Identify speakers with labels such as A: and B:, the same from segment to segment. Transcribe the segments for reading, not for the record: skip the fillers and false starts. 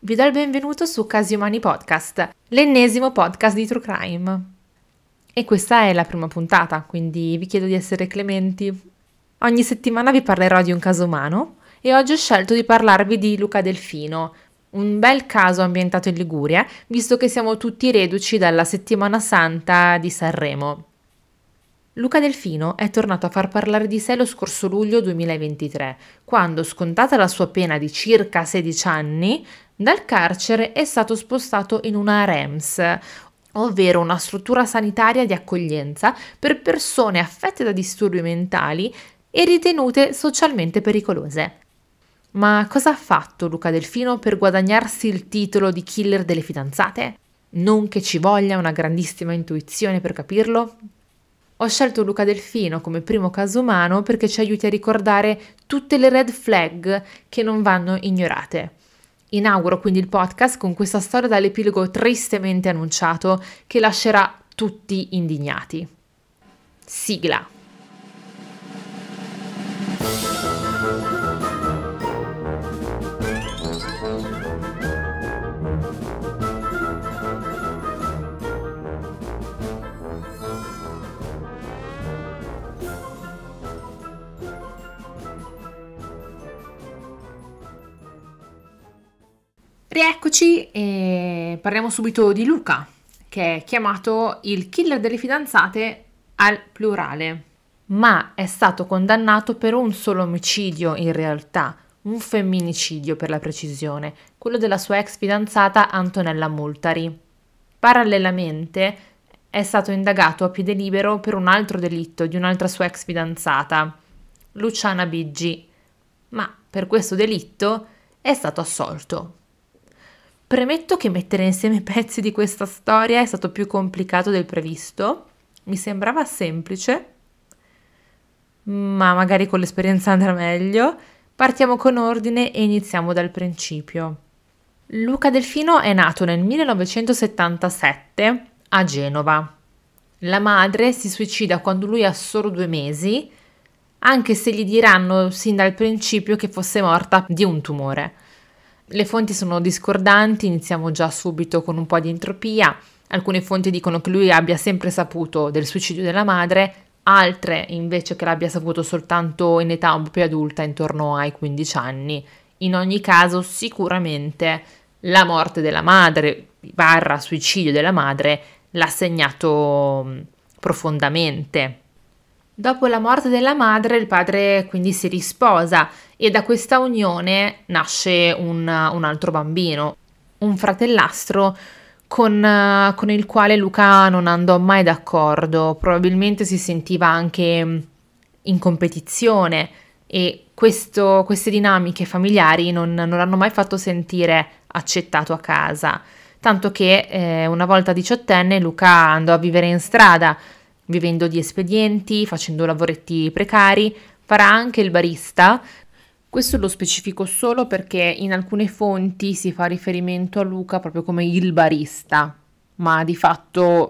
A: Vi do il benvenuto su Casi Umani Podcast, l'ennesimo podcast di True Crime. E questa è la prima puntata, quindi vi chiedo di essere clementi. Ogni settimana vi parlerò di un caso umano e oggi ho scelto di parlarvi di Luca Delfino, un bel caso ambientato in Liguria, visto che siamo tutti reduci dalla Settimana Santa di Sanremo. Luca Delfino è tornato a far parlare di sé lo scorso luglio 2023, quando, scontata la sua pena di circa 16 anni, dal carcere è stato spostato in una REMS, ovvero una struttura sanitaria di accoglienza per persone affette da disturbi mentali e ritenute socialmente pericolose. Ma cosa ha fatto Luca Delfino per guadagnarsi il titolo di killer delle fidanzate? Non che ci voglia una grandissima intuizione per capirlo? Ho scelto Luca Delfino come primo caso umano perché ci aiuti a ricordare tutte le red flag che non vanno ignorate. Inauguro quindi il podcast con questa storia dall'epilogo tristemente annunciato che lascerà tutti indignati. Sigla. Rieccoci e parliamo subito di Luca, che è chiamato il killer delle fidanzate al plurale, ma è stato condannato per un solo omicidio in realtà, un femminicidio per la precisione, quello della sua ex fidanzata Antonella Moltari. Parallelamente è stato indagato a piede libero per un altro delitto di un'altra sua ex fidanzata, Luciana Biggi, ma per questo delitto è stato assolto. Premetto che mettere insieme i pezzi di questa storia è stato più complicato del previsto. Mi sembrava semplice, ma magari con l'esperienza andrà meglio. Partiamo con ordine e iniziamo dal principio. Luca Delfino è nato nel 1977 a Genova. La madre si suicida quando lui ha solo 2 mesi, anche se gli diranno sin dal principio che fosse morta di un tumore. Le fonti sono discordanti, iniziamo già subito con un po' di entropia. Alcune fonti dicono che lui abbia sempre saputo del suicidio della madre, altre invece che l'abbia saputo soltanto in età un po' più adulta, intorno ai 15 anni. In ogni caso, sicuramente la morte della madre, / suicidio della madre, l'ha segnato profondamente. Dopo la morte della madre, il padre quindi si risposa e da questa unione nasce un altro bambino, un fratellastro con il quale Luca non andò mai d'accordo, probabilmente si sentiva anche in competizione e queste dinamiche familiari non l'hanno mai fatto sentire accettato a casa, tanto che una volta diciottenne Luca andò a vivere in strada, vivendo di espedienti, facendo lavoretti precari, farà anche il barista. Questo lo specifico solo perché in alcune fonti si fa riferimento a Luca proprio come il barista, ma di fatto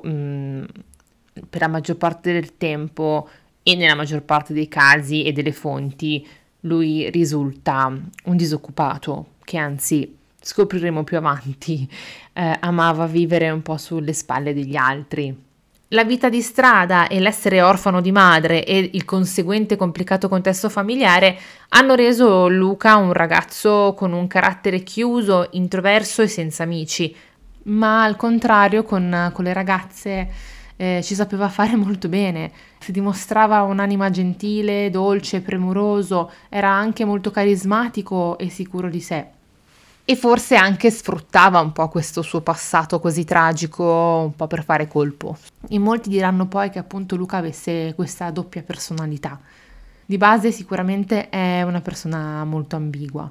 A: per la maggior parte del tempo e nella maggior parte dei casi e delle fonti lui risulta un disoccupato che anzi, scopriremo più avanti, amava vivere un po' sulle spalle degli altri. La vita di strada e l'essere orfano di madre e il conseguente complicato contesto familiare hanno reso Luca un ragazzo con un carattere chiuso, introverso e senza amici, ma al contrario con le ragazze ci sapeva fare molto bene, si dimostrava un'anima gentile, dolce, premuroso, era anche molto carismatico e sicuro di sé. E forse anche sfruttava un po' questo suo passato così tragico, un po' per fare colpo. In molti diranno poi che appunto Luca avesse questa doppia personalità. Di base sicuramente è una persona molto ambigua.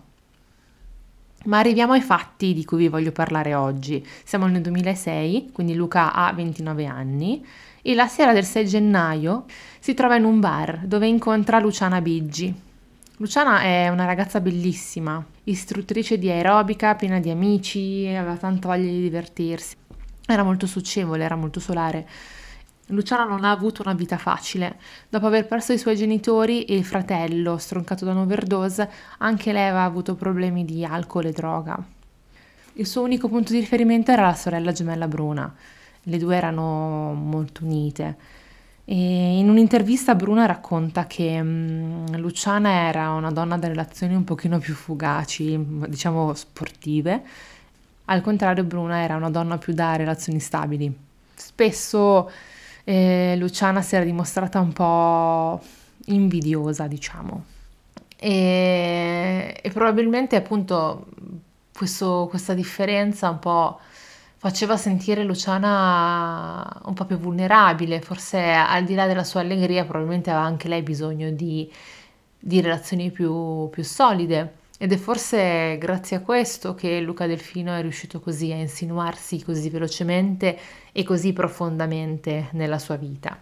A: Ma arriviamo ai fatti di cui vi voglio parlare oggi. Siamo nel 2006, quindi Luca ha 29 anni e la sera del 6 gennaio si trova in un bar dove incontra Luciana Biggi. Luciana è una ragazza bellissima, istruttrice di aerobica, piena di amici, aveva tanta voglia di divertirsi. Era molto socievole, era molto solare. Luciana non ha avuto una vita facile. Dopo aver perso i suoi genitori e il fratello, stroncato da un'overdose, anche lei aveva avuto problemi di alcol e droga. Il suo unico punto di riferimento era la sorella gemella Bruna. Le due erano molto unite. E in un'intervista Bruna racconta che Luciana era una donna da relazioni un pochino più fugaci, diciamo sportive. Al contrario, Bruna era una donna più da relazioni stabili. Spesso Luciana si era dimostrata un po' invidiosa, diciamo. E probabilmente appunto questa differenza un po' faceva sentire Luciana un po' più vulnerabile, forse al di là della sua allegria probabilmente aveva anche lei bisogno di relazioni più solide. Ed è forse grazie a questo che Luca Delfino è riuscito così a insinuarsi così velocemente e così profondamente nella sua vita.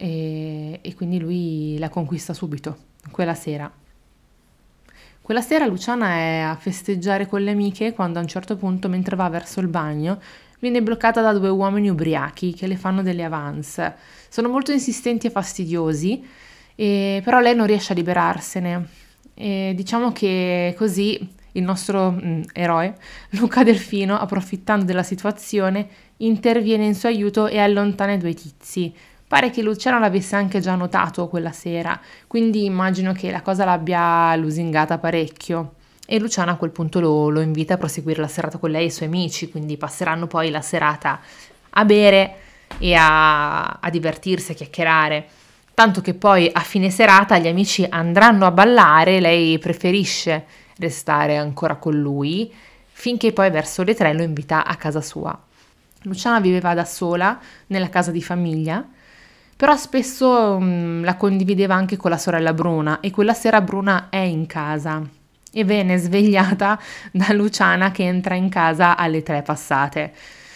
A: E quindi lui la conquista subito, quella sera. Quella sera Luciana è a festeggiare con le amiche quando a un certo punto, mentre va verso il bagno, viene bloccata da due uomini ubriachi che le fanno delle avance. Sono molto insistenti e fastidiosi, però lei non riesce a liberarsene. E diciamo che così il nostro eroe, Luca Delfino, approfittando della situazione, interviene in suo aiuto e allontana i due tizi. Pare che Luciana l'avesse anche già notato quella sera, quindi immagino che la cosa l'abbia lusingata parecchio. E Luciana a quel punto lo invita a proseguire la serata con lei e i suoi amici, quindi passeranno poi la serata a bere e a divertirsi, a chiacchierare. Tanto che poi a fine serata gli amici andranno a ballare, lei preferisce restare ancora con lui, finché poi verso le 3 lo invita a casa sua. Luciana viveva da sola nella casa di famiglia, però spesso la condivideva anche con la sorella Bruna e quella sera Bruna è in casa e viene svegliata da Luciana che entra in casa alle 3 passate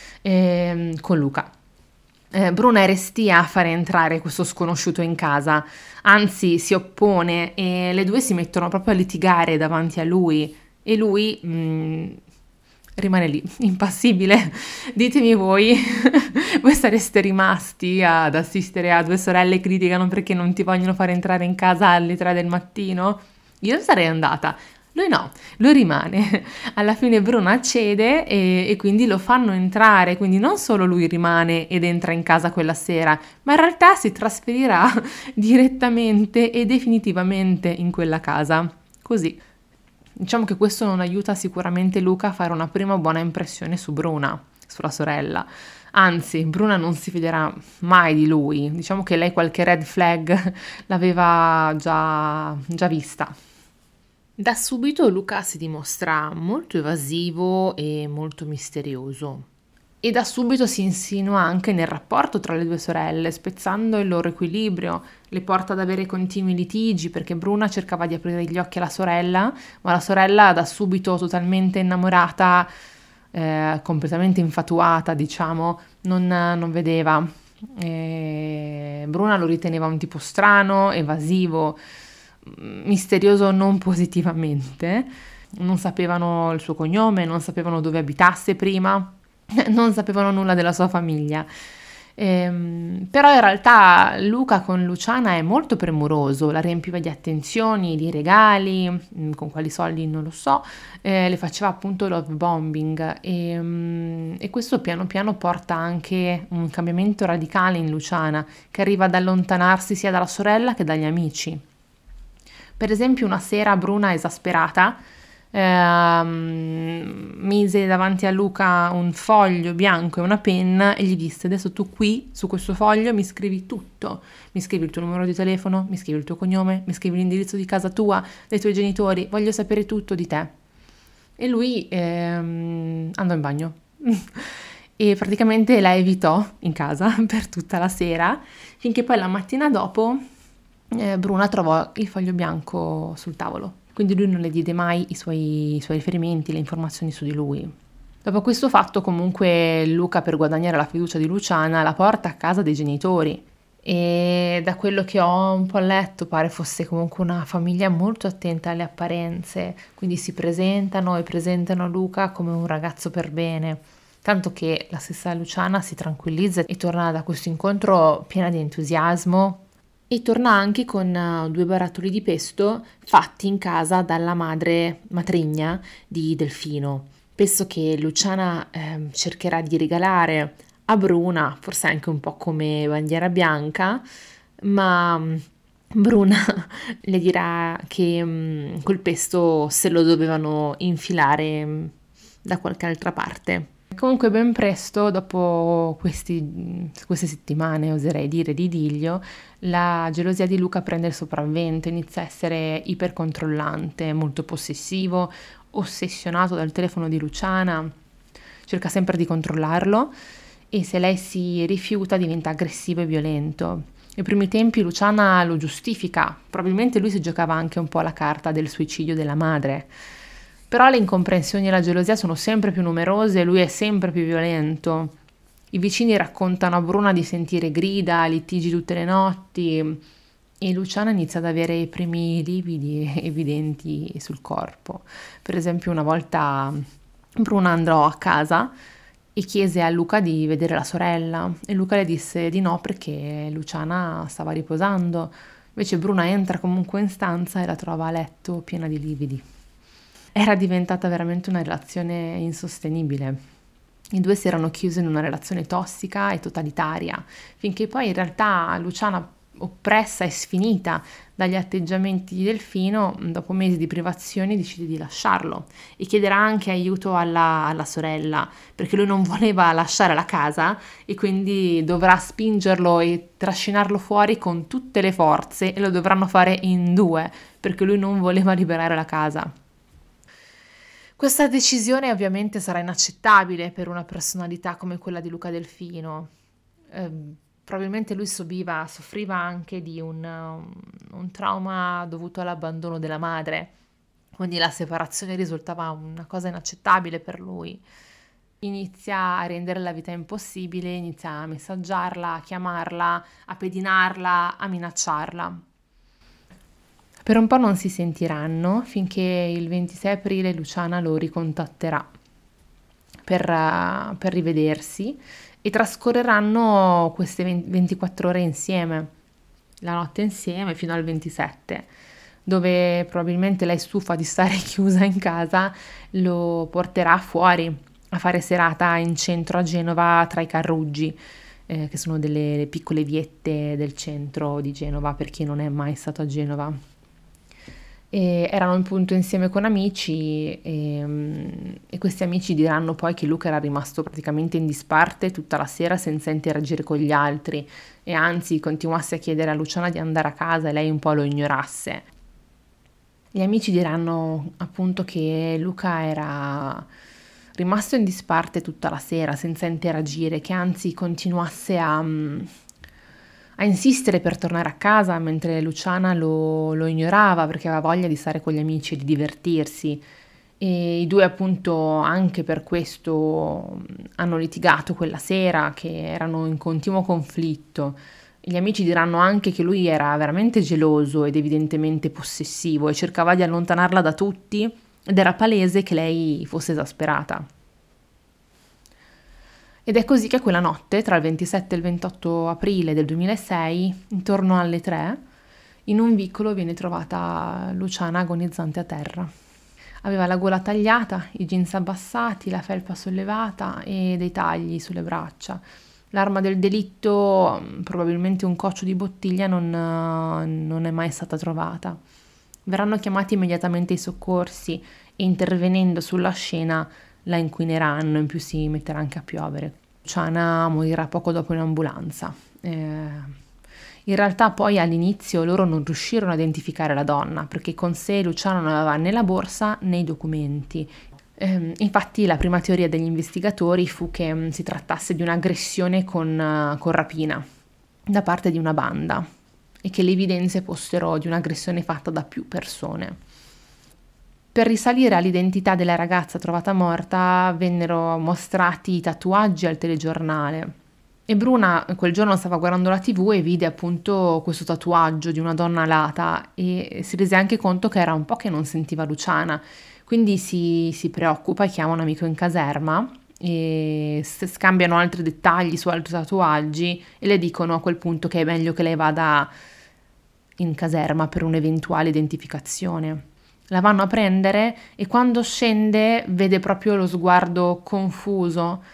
A: con Luca. Bruna è restia a fare entrare questo sconosciuto in casa, anzi si oppone e le due si mettono proprio a litigare davanti a lui e lui rimane lì, impassibile. Ditemi voi, voi sareste rimasti ad assistere a due sorelle che litigano perché non ti vogliono fare entrare in casa alle 3 del mattino? Io sarei andata. Lui no, lui rimane. Alla fine Bruna cede e quindi lo fanno entrare, quindi non solo lui rimane ed entra in casa quella sera, ma in realtà si trasferirà direttamente e definitivamente in quella casa. Così. Diciamo che questo non aiuta sicuramente Luca a fare una prima buona impressione su Bruna, sulla sorella. Anzi, Bruna non si fiderà mai di lui. Diciamo che lei qualche red flag l'aveva già vista. Da subito Luca si dimostra molto evasivo e molto misterioso. E da subito si insinua anche nel rapporto tra le due sorelle, spezzando il loro equilibrio, le porta ad avere continui litigi perché Bruna cercava di aprire gli occhi alla sorella, ma la sorella da subito totalmente innamorata, completamente infatuata, diciamo, non vedeva. Bruna lo riteneva un tipo strano, evasivo, misterioso non positivamente, non sapevano il suo cognome, non sapevano dove abitasse prima, non sapevano nulla della sua famiglia. Però in realtà Luca con Luciana è molto premuroso, la riempiva di attenzioni, di regali, con quali soldi non lo so, le faceva appunto love bombing e questo piano piano porta anche un cambiamento radicale in Luciana, che arriva ad allontanarsi sia dalla sorella che dagli amici. Per esempio una sera Bruna esasperata mise davanti a Luca un foglio bianco e una penna e gli disse: adesso tu qui su questo foglio mi scrivi tutto, mi scrivi il tuo numero di telefono, mi scrivi il tuo cognome, mi scrivi l'indirizzo di casa tua, dei tuoi genitori, voglio sapere tutto di te. E lui andò in bagno e praticamente la evitò in casa per tutta la sera, finché poi la mattina dopo Bruna trovò il foglio bianco sul tavolo. Quindi lui non le diede mai i suoi riferimenti, le informazioni su di lui. Dopo questo fatto comunque Luca, per guadagnare la fiducia di Luciana, la porta a casa dei genitori e da quello che ho un po' letto pare fosse comunque una famiglia molto attenta alle apparenze, quindi si presentano e presentano Luca come un ragazzo per bene, tanto che la stessa Luciana si tranquillizza e torna da questo incontro piena di entusiasmo. E torna anche con 2 barattoli di pesto fatti in casa dalla madre matrigna di Delfino. Penso che Luciana cercherà di regalare a Bruna, forse anche un po' come bandiera bianca, ma Bruna le dirà che quel pesto se lo dovevano infilare da qualche altra parte. Comunque ben presto, dopo queste settimane, oserei dire, di idillio, la gelosia di Luca prende il sopravvento, inizia a essere ipercontrollante, molto possessivo, ossessionato dal telefono di Luciana, cerca sempre di controllarlo e se lei si rifiuta diventa aggressivo e violento. Nei primi tempi Luciana lo giustifica, probabilmente lui si giocava anche un po' la carta del suicidio della madre. Però le incomprensioni e la gelosia sono sempre più numerose e lui è sempre più violento. I vicini raccontano a Bruna di sentire grida, litigi tutte le notti e Luciana inizia ad avere i primi lividi evidenti sul corpo. Per esempio, una volta Bruna andò a casa e chiese a Luca di vedere la sorella e Luca le disse di no perché Luciana stava riposando. Invece Bruna entra comunque in stanza e la trova a letto piena di lividi. Era diventata veramente una relazione insostenibile. I due si erano chiusi in una relazione tossica e totalitaria, finché poi in realtà Luciana, oppressa e sfinita dagli atteggiamenti di Delfino, dopo mesi di privazioni decide di lasciarlo e chiederà anche aiuto alla sorella, perché lui non voleva lasciare la casa e quindi dovrà spingerlo e trascinarlo fuori con tutte le forze e lo dovranno fare in due, perché lui non voleva liberare la casa. Questa decisione ovviamente sarà inaccettabile per una personalità come quella di Luca Delfino. Probabilmente lui soffriva anche di un trauma dovuto all'abbandono della madre, quindi la separazione risultava una cosa inaccettabile per lui. Inizia a rendere la vita impossibile, inizia a messaggiarla, a chiamarla, a pedinarla, a minacciarla. Per un po' non si sentiranno finché il 26 aprile Luciana lo ricontatterà per rivedersi e trascorreranno queste 24 ore insieme, la notte insieme fino al 27, dove probabilmente lei stufa di stare chiusa in casa, lo porterà fuori a fare serata in centro a Genova tra i Carruggi, che sono delle piccole viette del centro di Genova per chi non è mai stato a Genova. E erano appunto insieme con amici e questi amici diranno poi che Luca era rimasto praticamente in disparte tutta la sera senza interagire con gli altri e anzi continuasse a chiedere a Luciana di andare a casa e lei un po' lo ignorasse. Gli amici diranno appunto che Luca era rimasto in disparte tutta la sera senza interagire, che anzi continuasse a insistere per tornare a casa mentre Luciana lo ignorava perché aveva voglia di stare con gli amici e di divertirsi e i due appunto anche per questo hanno litigato quella sera, che erano in continuo conflitto. Gli amici diranno anche che lui era veramente geloso ed evidentemente possessivo e cercava di allontanarla da tutti ed era palese che lei fosse esasperata. Ed è così che quella notte, tra il 27 e il 28 aprile del 2006, intorno alle 3, in un vicolo viene trovata Luciana agonizzante a terra. Aveva la gola tagliata, i jeans abbassati, la felpa sollevata e dei tagli sulle braccia. L'arma del delitto, probabilmente un coccio di bottiglia, non è mai stata trovata. Verranno chiamati immediatamente i soccorsi e intervenendo sulla scena la inquineranno, in più si metterà anche a piovere. Luciana morirà poco dopo in ambulanza. In realtà poi all'inizio loro non riuscirono a identificare la donna perché con sé Luciana non aveva né la borsa né i documenti. Infatti la prima teoria degli investigatori fu che si trattasse di un'aggressione con rapina da parte di una banda e che le evidenze fossero di un'aggressione fatta da più persone. Per risalire all'identità della ragazza trovata morta vennero mostrati i tatuaggi al telegiornale e Bruna quel giorno stava guardando la TV e vide appunto questo tatuaggio di una donna alata e si rese anche conto che era un po' che non sentiva Luciana, quindi si preoccupa e chiama un amico in caserma e scambiano altri dettagli su altri tatuaggi e le dicono a quel punto che è meglio che lei vada in caserma per un'eventuale identificazione. La vanno a prendere e quando scende vede proprio lo sguardo confuso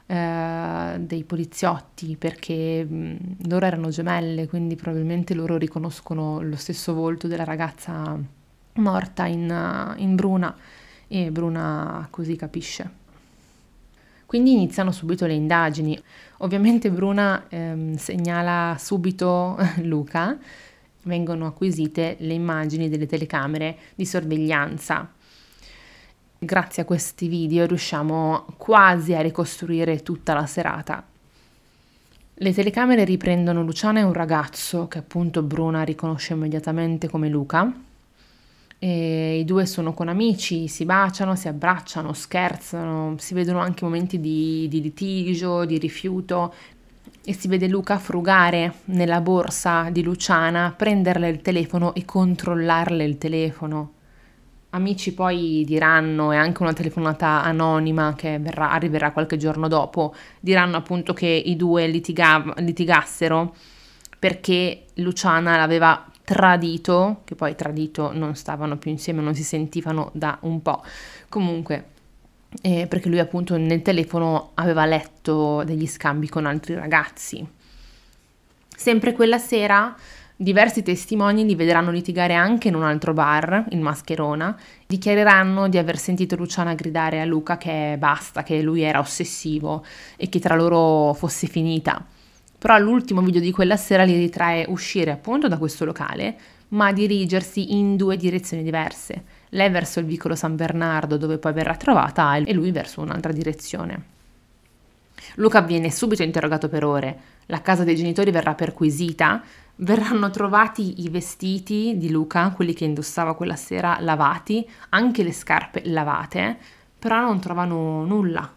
A: dei poliziotti, perché loro erano gemelle, quindi probabilmente loro riconoscono lo stesso volto della ragazza morta in Bruna, e Bruna così capisce. Quindi iniziano subito le indagini. Ovviamente Bruna segnala subito Luca, vengono acquisite le immagini delle telecamere di sorveglianza. Grazie a questi video riusciamo quasi a ricostruire tutta la serata. Le telecamere riprendono Luciana e un ragazzo che appunto Bruna riconosce immediatamente come Luca. E i due sono con amici, si baciano, si abbracciano, scherzano, si vedono anche momenti di litigio, di rifiuto, e si vede Luca frugare nella borsa di Luciana, prenderle il telefono e controllarle il telefono. Amici poi diranno, e anche una telefonata anonima che arriverà qualche giorno dopo, diranno appunto che i due litigassero perché Luciana l'aveva tradito, che poi tradito non stavano più insieme, non si sentivano da un po'. Comunque, perché lui appunto nel telefono aveva letto degli scambi con altri ragazzi. Sempre quella sera diversi testimoni li vedranno litigare anche in un altro bar, il Mascherona, dichiareranno di aver sentito Luciana gridare a Luca che basta, che lui era ossessivo e che tra loro fosse finita. Però l'ultimo video di quella sera li ritrae uscire appunto da questo locale, ma dirigersi in due direzioni diverse. Lei verso il vicolo San Bernardo, dove poi verrà trovata, e lui verso un'altra direzione. Luca viene subito interrogato per ore, la casa dei genitori verrà perquisita, verranno trovati i vestiti di Luca, quelli che indossava quella sera, lavati, anche le scarpe lavate, però non trovano nulla.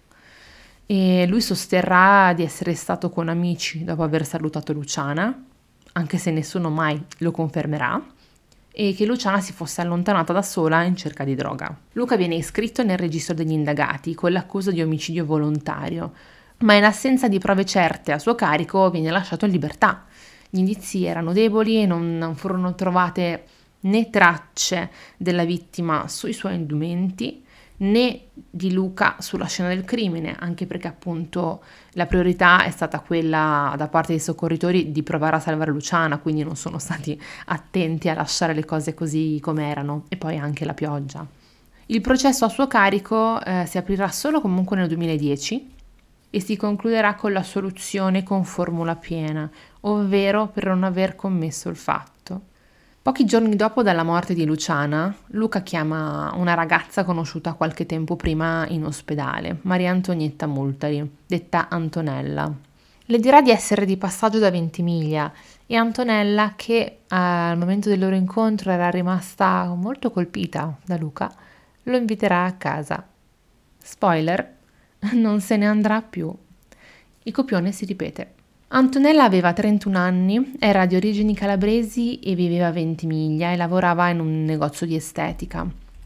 A: E lui sosterrà di essere stato con amici dopo aver salutato Luciana, anche se nessuno mai lo confermerà, e che Luciana si fosse allontanata da sola in cerca di droga. Luca viene iscritto nel registro degli indagati con l'accusa di omicidio volontario, ma in assenza di prove certe a suo carico viene lasciato in libertà. Gli indizi erano deboli e non furono trovate né tracce della vittima sui suoi indumenti né di Luca sulla scena del crimine, anche perché appunto la priorità è stata quella da parte dei soccorritori di provare a salvare Luciana, quindi non sono stati attenti a lasciare le cose così come erano, e poi anche la pioggia. Il processo a suo carico si aprirà solo comunque nel 2010 e si concluderà con l'assoluzione con formula piena, ovvero per non aver commesso il fatto. Pochi giorni dopo dalla morte di Luciana, Luca chiama una ragazza conosciuta qualche tempo prima in ospedale, Maria Antonietta Multari, detta Antonella. Le dirà di essere di passaggio da Ventimiglia e Antonella, che al momento del loro incontro era rimasta molto colpita da Luca, lo inviterà a casa. Spoiler, non se ne andrà più. Il copione si ripete. Antonella aveva 31 anni, era di origini calabresi e viveva a Ventimiglia e lavorava in un negozio di estetica.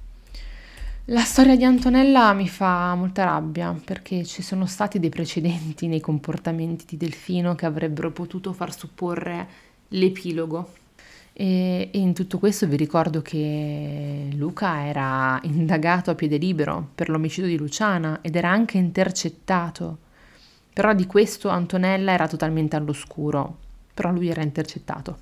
A: La storia di Antonella mi fa molta rabbia perché ci sono stati dei precedenti nei comportamenti di Delfino che avrebbero potuto far supporre l'epilogo. E in tutto questo vi ricordo che Luca era indagato a piede libero per l'omicidio di Luciana ed era anche intercettato. Però di questo Antonella era totalmente all'oscuro, però lui era intercettato.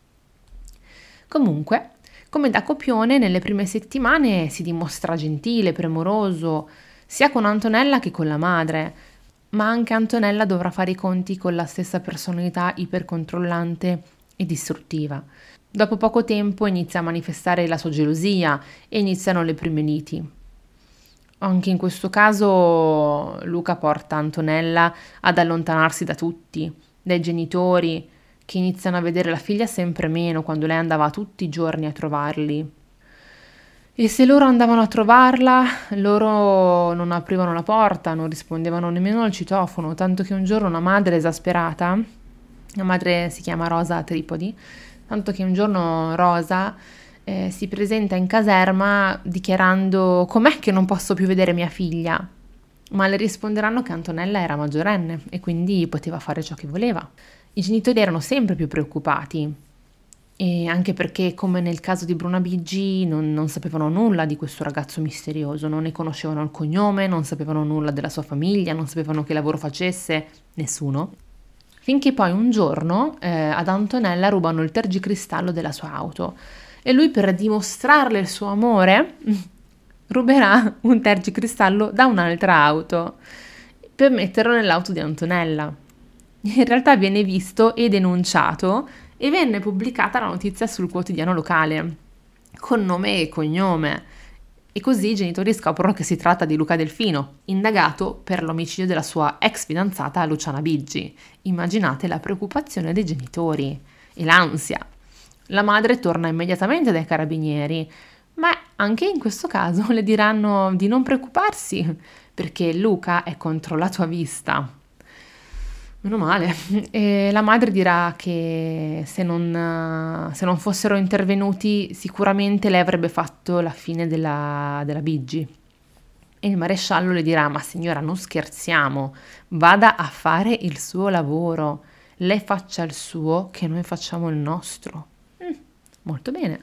A: Comunque, come da copione, nelle prime settimane si dimostra gentile, premuroso, sia con Antonella che con la madre, ma anche Antonella dovrà fare i conti con la stessa personalità ipercontrollante e distruttiva. Dopo poco tempo inizia a manifestare la sua gelosia e iniziano le prime liti. Anche in questo caso Luca porta Antonella ad allontanarsi da tutti, dai genitori, che iniziano a vedere la figlia sempre meno quando lei andava tutti i giorni a trovarli. E se loro andavano a trovarla, loro non aprivano la porta, non rispondevano nemmeno al citofono, tanto che un giorno una madre esasperata, la madre si chiama Rosa Tripodi, tanto che un giorno Rosa si presenta in caserma dichiarando: com'è che non posso più vedere mia figlia? Ma le risponderanno che Antonella era maggiorenne e quindi poteva fare ciò che voleva. I genitori erano sempre più preoccupati E anche perché, come nel caso di Bruna Biggi, non sapevano nulla di questo ragazzo misterioso, non ne conoscevano il cognome, non sapevano nulla della sua famiglia, non sapevano che lavoro facesse, nessuno. Finché poi un giorno ad Antonella rubano il tergicristallo della sua auto e lui, per dimostrarle il suo amore, ruberà un tergicristallo da un'altra auto per metterlo nell'auto di Antonella. In realtà viene visto e denunciato e venne pubblicata la notizia sul quotidiano locale con nome e cognome. E così i genitori scoprono che si tratta di Luca Delfino, indagato per l'omicidio della sua ex fidanzata Luciana Biggi. Immaginate la preoccupazione dei genitori e l'ansia. La madre torna immediatamente dai carabinieri, ma anche in questo caso le diranno di non preoccuparsi, perché Luca è controllato a vista. Meno male. E la madre dirà che se non fossero intervenuti sicuramente lei avrebbe fatto la fine della Biggi. E il maresciallo le dirà: ma signora, non scherziamo, vada a fare il suo lavoro, lei faccia il suo che noi facciamo il nostro. Molto bene.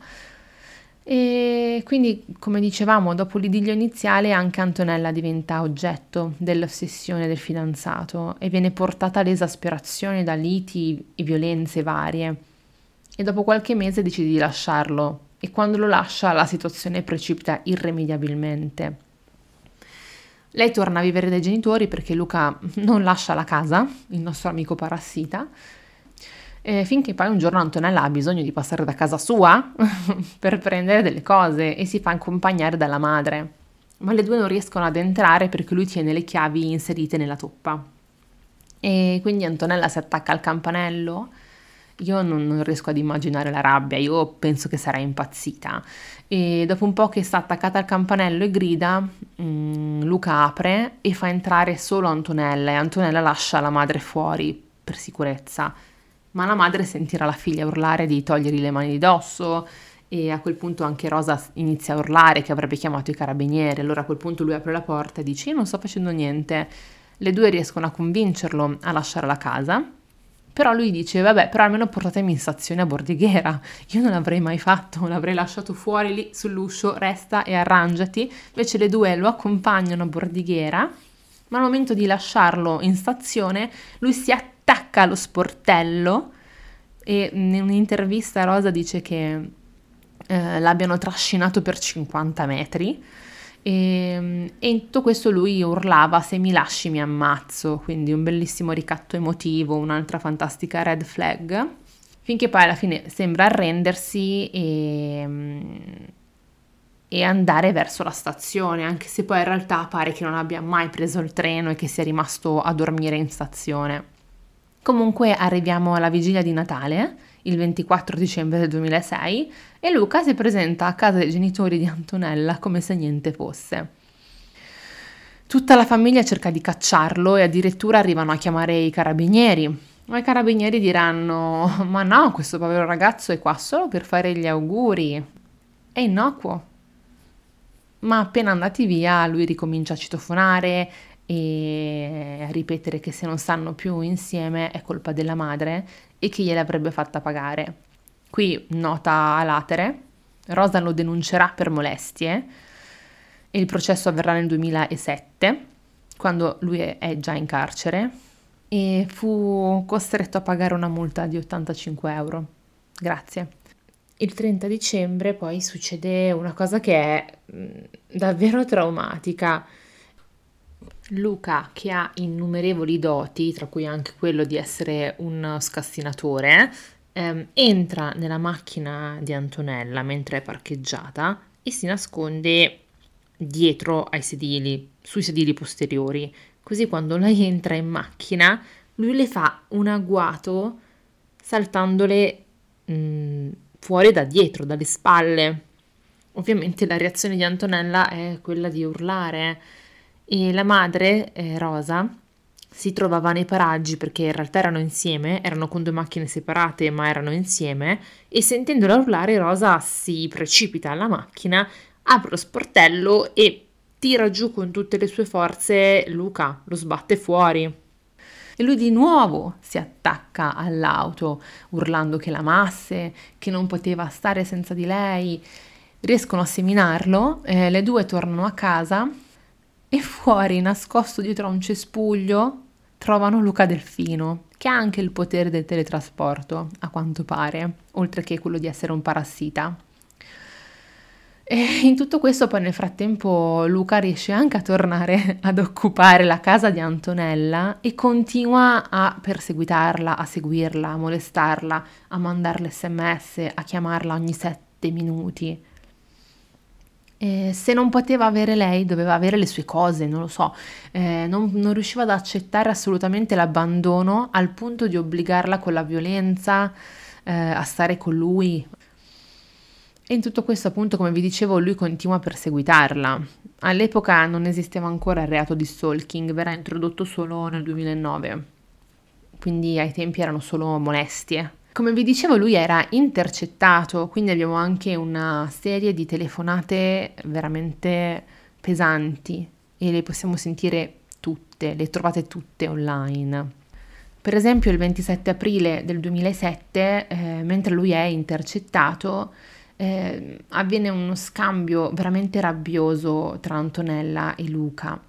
A: E quindi, come dicevamo, dopo l'idillio iniziale anche Antonella diventa oggetto dell'ossessione del fidanzato e viene portata all'esasperazione da liti e violenze varie. E dopo qualche mese decide di lasciarlo e quando lo lascia la situazione precipita irrimediabilmente. Lei torna a vivere dai genitori perché Luca non lascia la casa, il nostro amico parassita, finché poi un giorno Antonella ha bisogno di passare da casa sua per prendere delle cose e si fa accompagnare dalla madre, ma le due non riescono ad entrare perché lui tiene le chiavi inserite nella toppa. E quindi Antonella si attacca al campanello. Io non riesco ad immaginare la rabbia, io penso che sarà impazzita. E dopo un po' che sta attaccata al campanello e grida, Luca apre e fa entrare solo Antonella e Antonella lascia la madre fuori per sicurezza. Ma la madre sentirà la figlia urlare di togliergli le mani di dosso e a quel punto anche Rosa inizia a urlare che avrebbe chiamato i carabinieri. Allora a quel punto lui apre la porta e dice: io non sto facendo niente. Le due riescono a convincerlo a lasciare la casa, però lui dice: vabbè, però almeno portatemi in stazione a Bordighera. Io non l'avrei mai fatto, l'avrei lasciato fuori lì sull'uscio, resta e arrangiati. Invece le due lo accompagnano a Bordighera, ma al momento di lasciarlo in stazione lui si attacca allo sportello e in un'intervista Rosa dice che l'abbiano trascinato per 50 metri e in tutto questo lui urlava: se mi lasci mi ammazzo, quindi un bellissimo ricatto emotivo, un'altra fantastica red flag, finché poi alla fine sembra arrendersi e andare verso la stazione, anche se poi in realtà pare che non abbia mai preso il treno e che sia rimasto a dormire in stazione. Comunque arriviamo alla vigilia di Natale, il 24 dicembre del 2006, e Luca si presenta a casa dei genitori di Antonella come se niente fosse. Tutta la famiglia cerca di cacciarlo e addirittura arrivano a chiamare i carabinieri, ma i carabinieri diranno: ma no, questo povero ragazzo è qua solo per fare gli auguri, è innocuo. Ma appena andati via lui ricomincia a citofonare e a ripetere che se non stanno più insieme è colpa della madre e che gliel'avrebbe fatta pagare. Qui nota a latere: Rosa lo denuncerà per molestie e il processo avverrà nel 2007, quando lui è già in carcere e fu costretto a pagare una multa di 85 euro. Grazie. Il 30 dicembre poi succede una cosa che è davvero traumatica. Luca, che ha innumerevoli doti, tra cui anche quello di essere un scassinatore, entra nella macchina di Antonella mentre è parcheggiata e si nasconde dietro ai sedili, sui sedili posteriori. Così quando lei entra in macchina, lui le fa un agguato saltandole fuori da dietro, dalle spalle. Ovviamente la reazione di Antonella è quella di urlare e la madre, Rosa, si trovava nei paraggi perché in realtà erano insieme, erano con due macchine separate ma erano insieme, e sentendola urlare Rosa si precipita alla macchina, apre lo sportello e tira giù con tutte le sue forze Luca, lo sbatte fuori. E lui di nuovo si attacca all'auto, urlando che l'amasse, che non poteva stare senza di lei. Riescono a seminarlo, le due tornano a casa e fuori, nascosto dietro a un cespuglio, trovano Luca Delfino, che ha anche il potere del teletrasporto, a quanto pare, oltre che quello di essere un parassita. E in tutto questo poi nel frattempo Luca riesce anche a tornare ad occupare la casa di Antonella e continua a perseguitarla, a seguirla, a molestarla, a mandarle sms, a chiamarla ogni 7 minuti. E se non poteva avere lei, doveva avere le sue cose, non lo so. Non riusciva ad accettare assolutamente l'abbandono al punto di obbligarla con la violenza, a stare con lui. E in tutto questo, appunto, come vi dicevo, lui continua a perseguitarla. All'epoca non esisteva ancora il reato di stalking, verrà introdotto solo nel 2009, quindi ai tempi erano solo molestie. Come vi dicevo, lui era intercettato, quindi abbiamo anche una serie di telefonate veramente pesanti e le possiamo sentire tutte, le trovate tutte online. Per esempio il 27 aprile del 2007, mentre lui è intercettato, avviene uno scambio veramente rabbioso tra Antonella e Luca.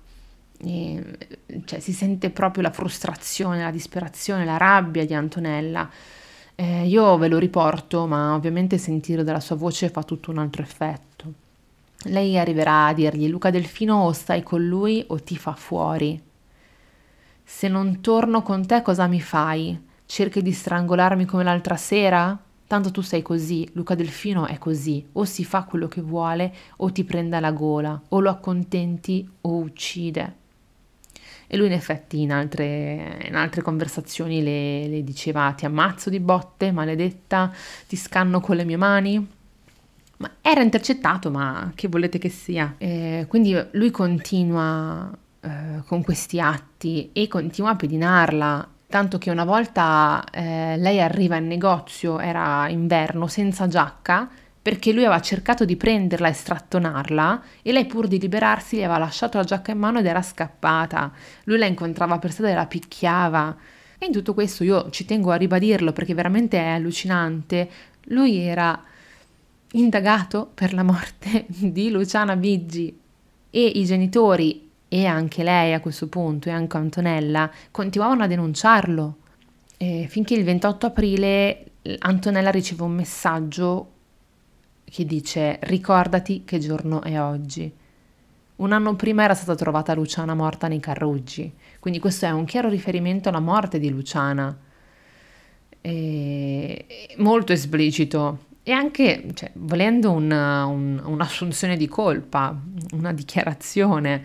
A: Cioè, si sente proprio la frustrazione, la disperazione, la rabbia di Antonella. Io ve lo riporto, ma ovviamente sentire dalla sua voce fa tutto un altro effetto. Lei arriverà a dirgli: Luca Delfino, o stai con lui o ti fa fuori. Se non torno con te, cosa mi fai? Cerchi di strangolarmi come l'altra sera? Tanto tu sei così, Luca Delfino è così, o si fa quello che vuole o ti prende alla gola, o lo accontenti o uccide. E lui in effetti in altre conversazioni le diceva: ti ammazzo di botte, maledetta, ti scanno con le mie mani. Ma era intercettato, ma che volete che sia? Quindi lui continua con questi atti e continua a pedinarla. Tanto che una volta lei arriva in negozio, era inverno, senza giacca, perché lui aveva cercato di prenderla e strattonarla e lei, pur di liberarsi, gli aveva lasciato la giacca in mano ed era scappata. Lui la incontrava per strada e la picchiava. E in tutto questo io ci tengo a ribadirlo perché veramente è allucinante. Lui era indagato per la morte di Luciana Viggi e i genitori e anche lei a questo punto e anche Antonella continuavano a denunciarlo, finché il 28 aprile Antonella riceve un messaggio che dice: ricordati che giorno è oggi. Un anno prima era stata trovata Luciana morta nei Carruggi, quindi questo è un chiaro riferimento alla morte di Luciana, molto esplicito. E anche, cioè, volendo un'assunzione di colpa, una dichiarazione.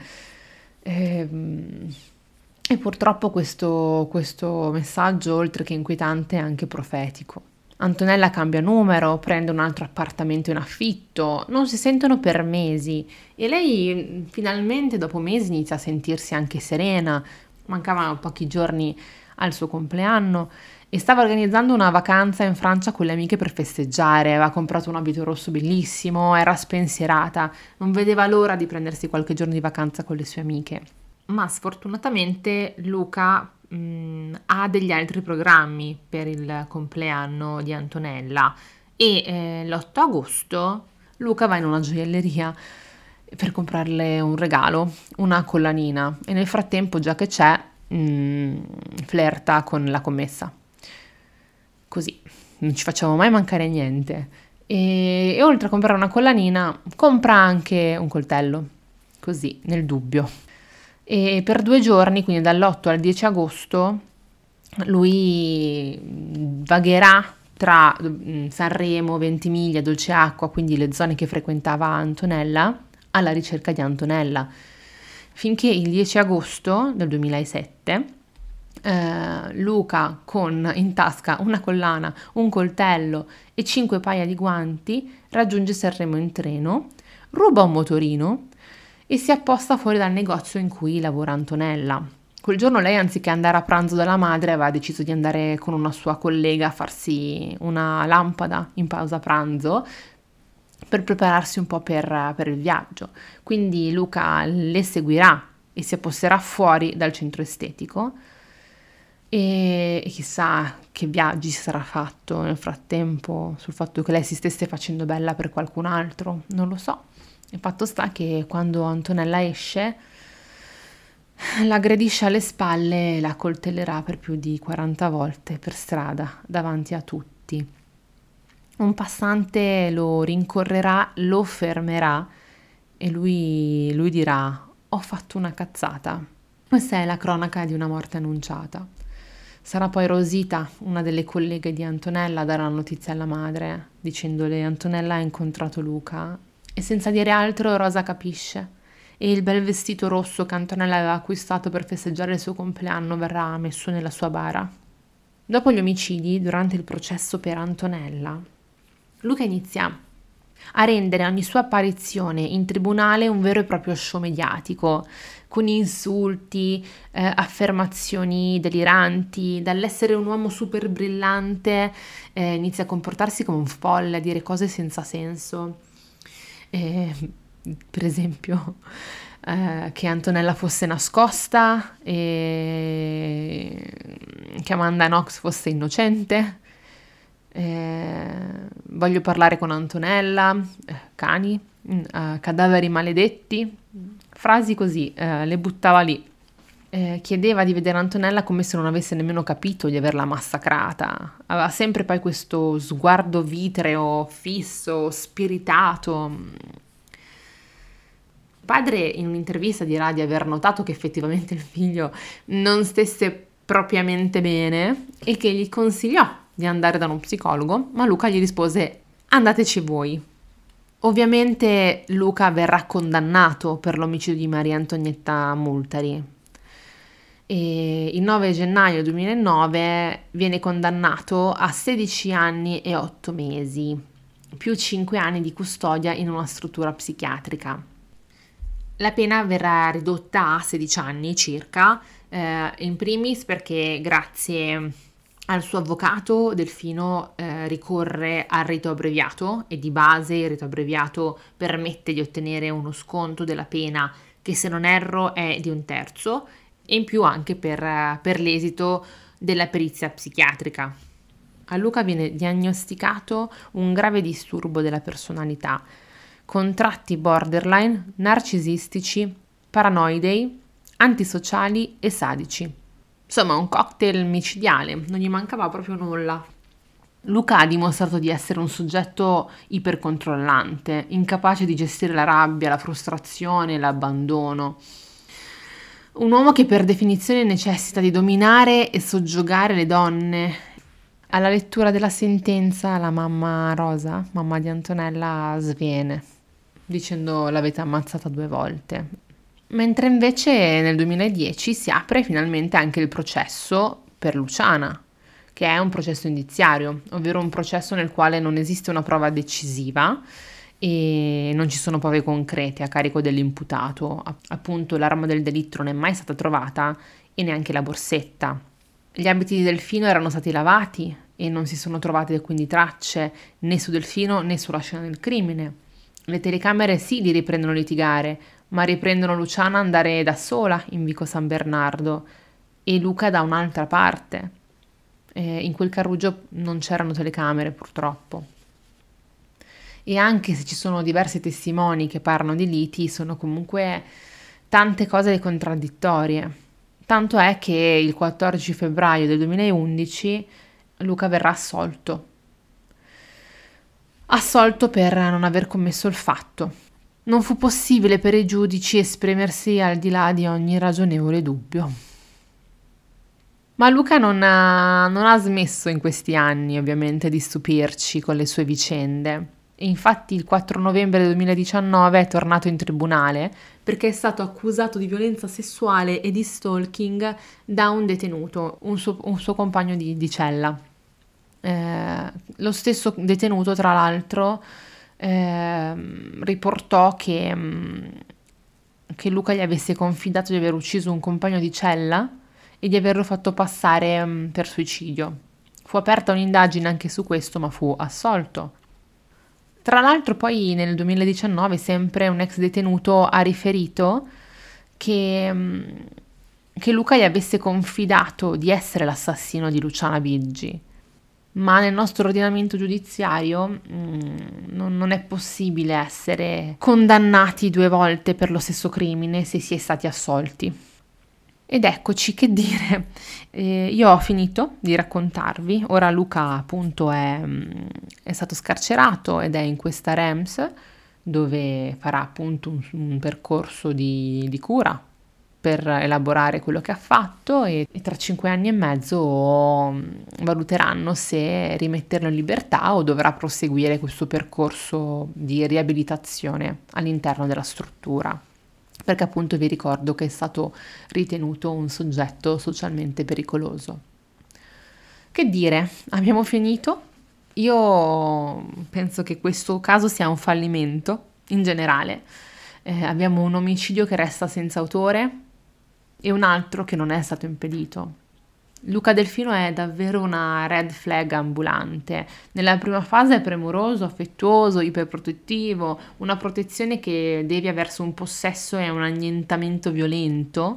A: E purtroppo questo messaggio, oltre che inquietante, è anche profetico. Antonella cambia numero, prende un altro appartamento in affitto, non si sentono per mesi e lei finalmente dopo mesi inizia a sentirsi anche serena. Mancavano pochi giorni al suo compleanno e stava organizzando una vacanza in Francia con le amiche per festeggiare. Aveva comprato un abito rosso bellissimo, era spensierata, non vedeva l'ora di prendersi qualche giorno di vacanza con le sue amiche. Ma sfortunatamente Luca ha degli altri programmi per il compleanno di Antonella e l'8 agosto Luca va in una gioielleria per comprarle un regalo, una collanina, e nel frattempo, già che c'è, flirta con la commessa. Così, non ci facciamo mai mancare niente. E oltre a comprare una collanina, compra anche un coltello, così, nel dubbio. E per 2 giorni, quindi dall'8 al 10 agosto, lui vagherà tra Sanremo, Ventimiglia, Dolceacqua, quindi le zone che frequentava Antonella, alla ricerca di Antonella, finché il 10 agosto del 2007 Luca, con in tasca una collana, un coltello e 5 paia di guanti, raggiunge Sanremo in treno, ruba un motorino e si apposta fuori dal negozio in cui lavora Antonella. Quel giorno lei, anziché andare a pranzo dalla madre, aveva deciso di andare con una sua collega a farsi una lampada in pausa pranzo per prepararsi un po' per il viaggio. Quindi Luca le seguirà e si apposterà fuori dal centro estetico. e chissà che viaggi si sarà fatto nel frattempo sul fatto che lei si stesse facendo bella per qualcun altro, non lo so. Il fatto sta che quando Antonella esce, l'aggredisce alle spalle e la coltellerà per più di 40 volte per strada, davanti a tutti. Un passante lo rincorrerà, lo fermerà e lui dirà: ho fatto una cazzata. Questa è la cronaca di una morte annunciata. Sarà poi Rosita, una delle colleghe di Antonella, a dare la notizia alla madre, dicendole: Antonella ha incontrato Luca. E senza dire altro Rosa capisce. E il bel vestito rosso che Antonella aveva acquistato per festeggiare il suo compleanno verrà messo nella sua bara. Dopo gli omicidi, durante il processo per Antonella, Luca inizia a rendere ogni sua apparizione in tribunale un vero e proprio show mediatico, con insulti, affermazioni deliranti. Dall'essere un uomo super brillante, inizia a comportarsi come un folle, a dire cose senza senso. Per esempio, che Antonella fosse nascosta e che Amanda Knox fosse innocente. Voglio parlare con Antonella, cani, cadaveri maledetti, frasi così, le buttava lì. Chiedeva di vedere Antonella come se non avesse nemmeno capito di averla massacrata. Aveva sempre poi questo sguardo vitreo, fisso, spiritato. Il padre in un'intervista dirà di aver notato che effettivamente il figlio non stesse propriamente bene e che gli consigliò di andare da uno psicologo, ma Luca gli rispose: andateci voi. Ovviamente Luca verrà condannato per l'omicidio di Maria Antonietta Multari e il 9 gennaio 2009 viene condannato a 16 anni e 8 mesi, più 5 anni di custodia in una struttura psichiatrica. La pena verrà ridotta a 16 anni circa, in primis perché grazie al suo avvocato Delfino ricorre al rito abbreviato e di base il rito abbreviato permette di ottenere uno sconto della pena che, se non erro, è di 1/3 e in più anche per l'esito della perizia psichiatrica. A Luca viene diagnosticato un grave disturbo della personalità, con tratti borderline, narcisistici, paranoidei, antisociali e sadici. Insomma, un cocktail micidiale, non gli mancava proprio nulla. Luca ha dimostrato di essere un soggetto ipercontrollante, incapace di gestire la rabbia, la frustrazione, l'abbandono. Un uomo che per definizione necessita di dominare e soggiogare le donne. Alla lettura della sentenza la mamma Rosa, mamma di Antonella, sviene, dicendo: l'avete ammazzata 2 volte. Mentre invece nel 2010 si apre finalmente anche il processo per Luciana, che è un processo indiziario, ovvero un processo nel quale non esiste una prova decisiva e non ci sono prove concrete a carico dell'imputato. Appunto, l'arma del delitto non è mai stata trovata e neanche la borsetta. Gli abiti di Delfino erano stati lavati e non si sono trovate quindi tracce né su Delfino né sulla scena del crimine. Le telecamere sì li riprendono litigare, ma riprendono Luciana andare da sola in Vico San Bernardo e Luca da un'altra parte. In quel carruggio non c'erano telecamere, purtroppo. E anche se ci sono diversi testimoni che parlano di liti, sono comunque tante cose contraddittorie. Tanto è che il 14 febbraio del 2011 Luca verrà assolto per non aver commesso il fatto. Non fu possibile per i giudici esprimersi al di là di ogni ragionevole dubbio. Ma Luca non ha smesso in questi anni, ovviamente, di stupirci con le sue vicende. E infatti il 4 novembre del 2019 è tornato in tribunale perché è stato accusato di violenza sessuale e di stalking da un detenuto, un suo compagno di cella. Lo stesso detenuto, tra l'altro, riportò che Luca gli avesse confidato di aver ucciso un compagno di cella e di averlo fatto passare per suicidio. Fu aperta un'indagine anche su questo, ma fu assolto. Tra l'altro poi nel 2019 sempre un ex detenuto ha riferito che che Luca gli avesse confidato di essere l'assassino di Luciana Biggi. Ma nel nostro ordinamento giudiziario non è possibile essere condannati 2 volte per lo stesso crimine se si è stati assolti. Ed eccoci, che dire, io ho finito di raccontarvi, ora Luca appunto è stato scarcerato ed è in questa REMS dove farà appunto un percorso di cura per elaborare quello che ha fatto e tra 5 anni e mezzo valuteranno se rimetterlo in libertà o dovrà proseguire questo percorso di riabilitazione all'interno della struttura, perché appunto vi ricordo che è stato ritenuto un soggetto socialmente pericoloso. Che dire, abbiamo finito? Io penso che questo caso sia un fallimento in generale. Abbiamo un omicidio che resta senza autore e un altro che non è stato impedito. Luca Delfino è davvero una red flag ambulante. Nella prima fase è premuroso, affettuoso, iperprotettivo, una protezione che devia verso un possesso e un annientamento violento.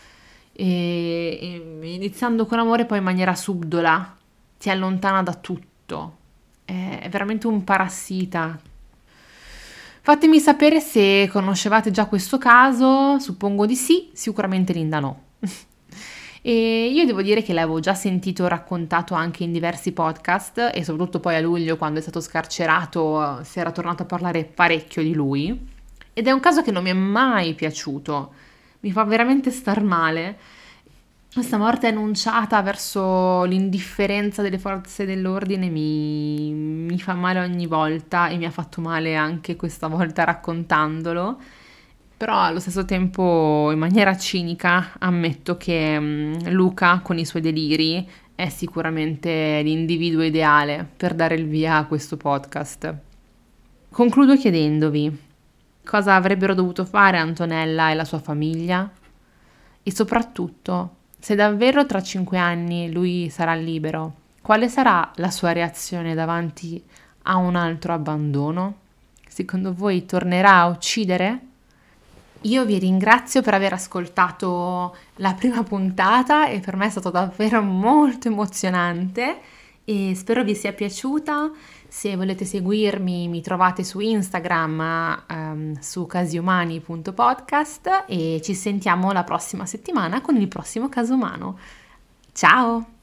A: E iniziando con amore poi in maniera subdola ti allontana da tutto. È veramente un parassita. Fatemi sapere se conoscevate già questo caso, suppongo di sì, sicuramente Linda no. E io devo dire che l'avevo già sentito raccontato anche in diversi podcast e soprattutto poi a luglio, quando è stato scarcerato, si era tornato a parlare parecchio di lui. Ed è un caso che non mi è mai piaciuto, mi fa veramente star male. Questa morte annunciata verso l'indifferenza delle forze dell'ordine mi fa male ogni volta e mi ha fatto male anche questa volta raccontandolo. Però allo stesso tempo, in maniera cinica, ammetto che Luca, con i suoi deliri, è sicuramente l'individuo ideale per dare il via a questo podcast. Concludo chiedendovi cosa avrebbero dovuto fare Antonella e la sua famiglia e soprattutto, se davvero tra 5 anni lui sarà libero, quale sarà la sua reazione davanti a un altro abbandono? Secondo voi tornerà a uccidere? Io vi ringrazio per aver ascoltato la prima puntata e per me è stato davvero molto emozionante e spero vi sia piaciuta. Se volete seguirmi mi trovate su Instagram su casiumani.podcast e ci sentiamo la prossima settimana con il prossimo caso umano. Ciao!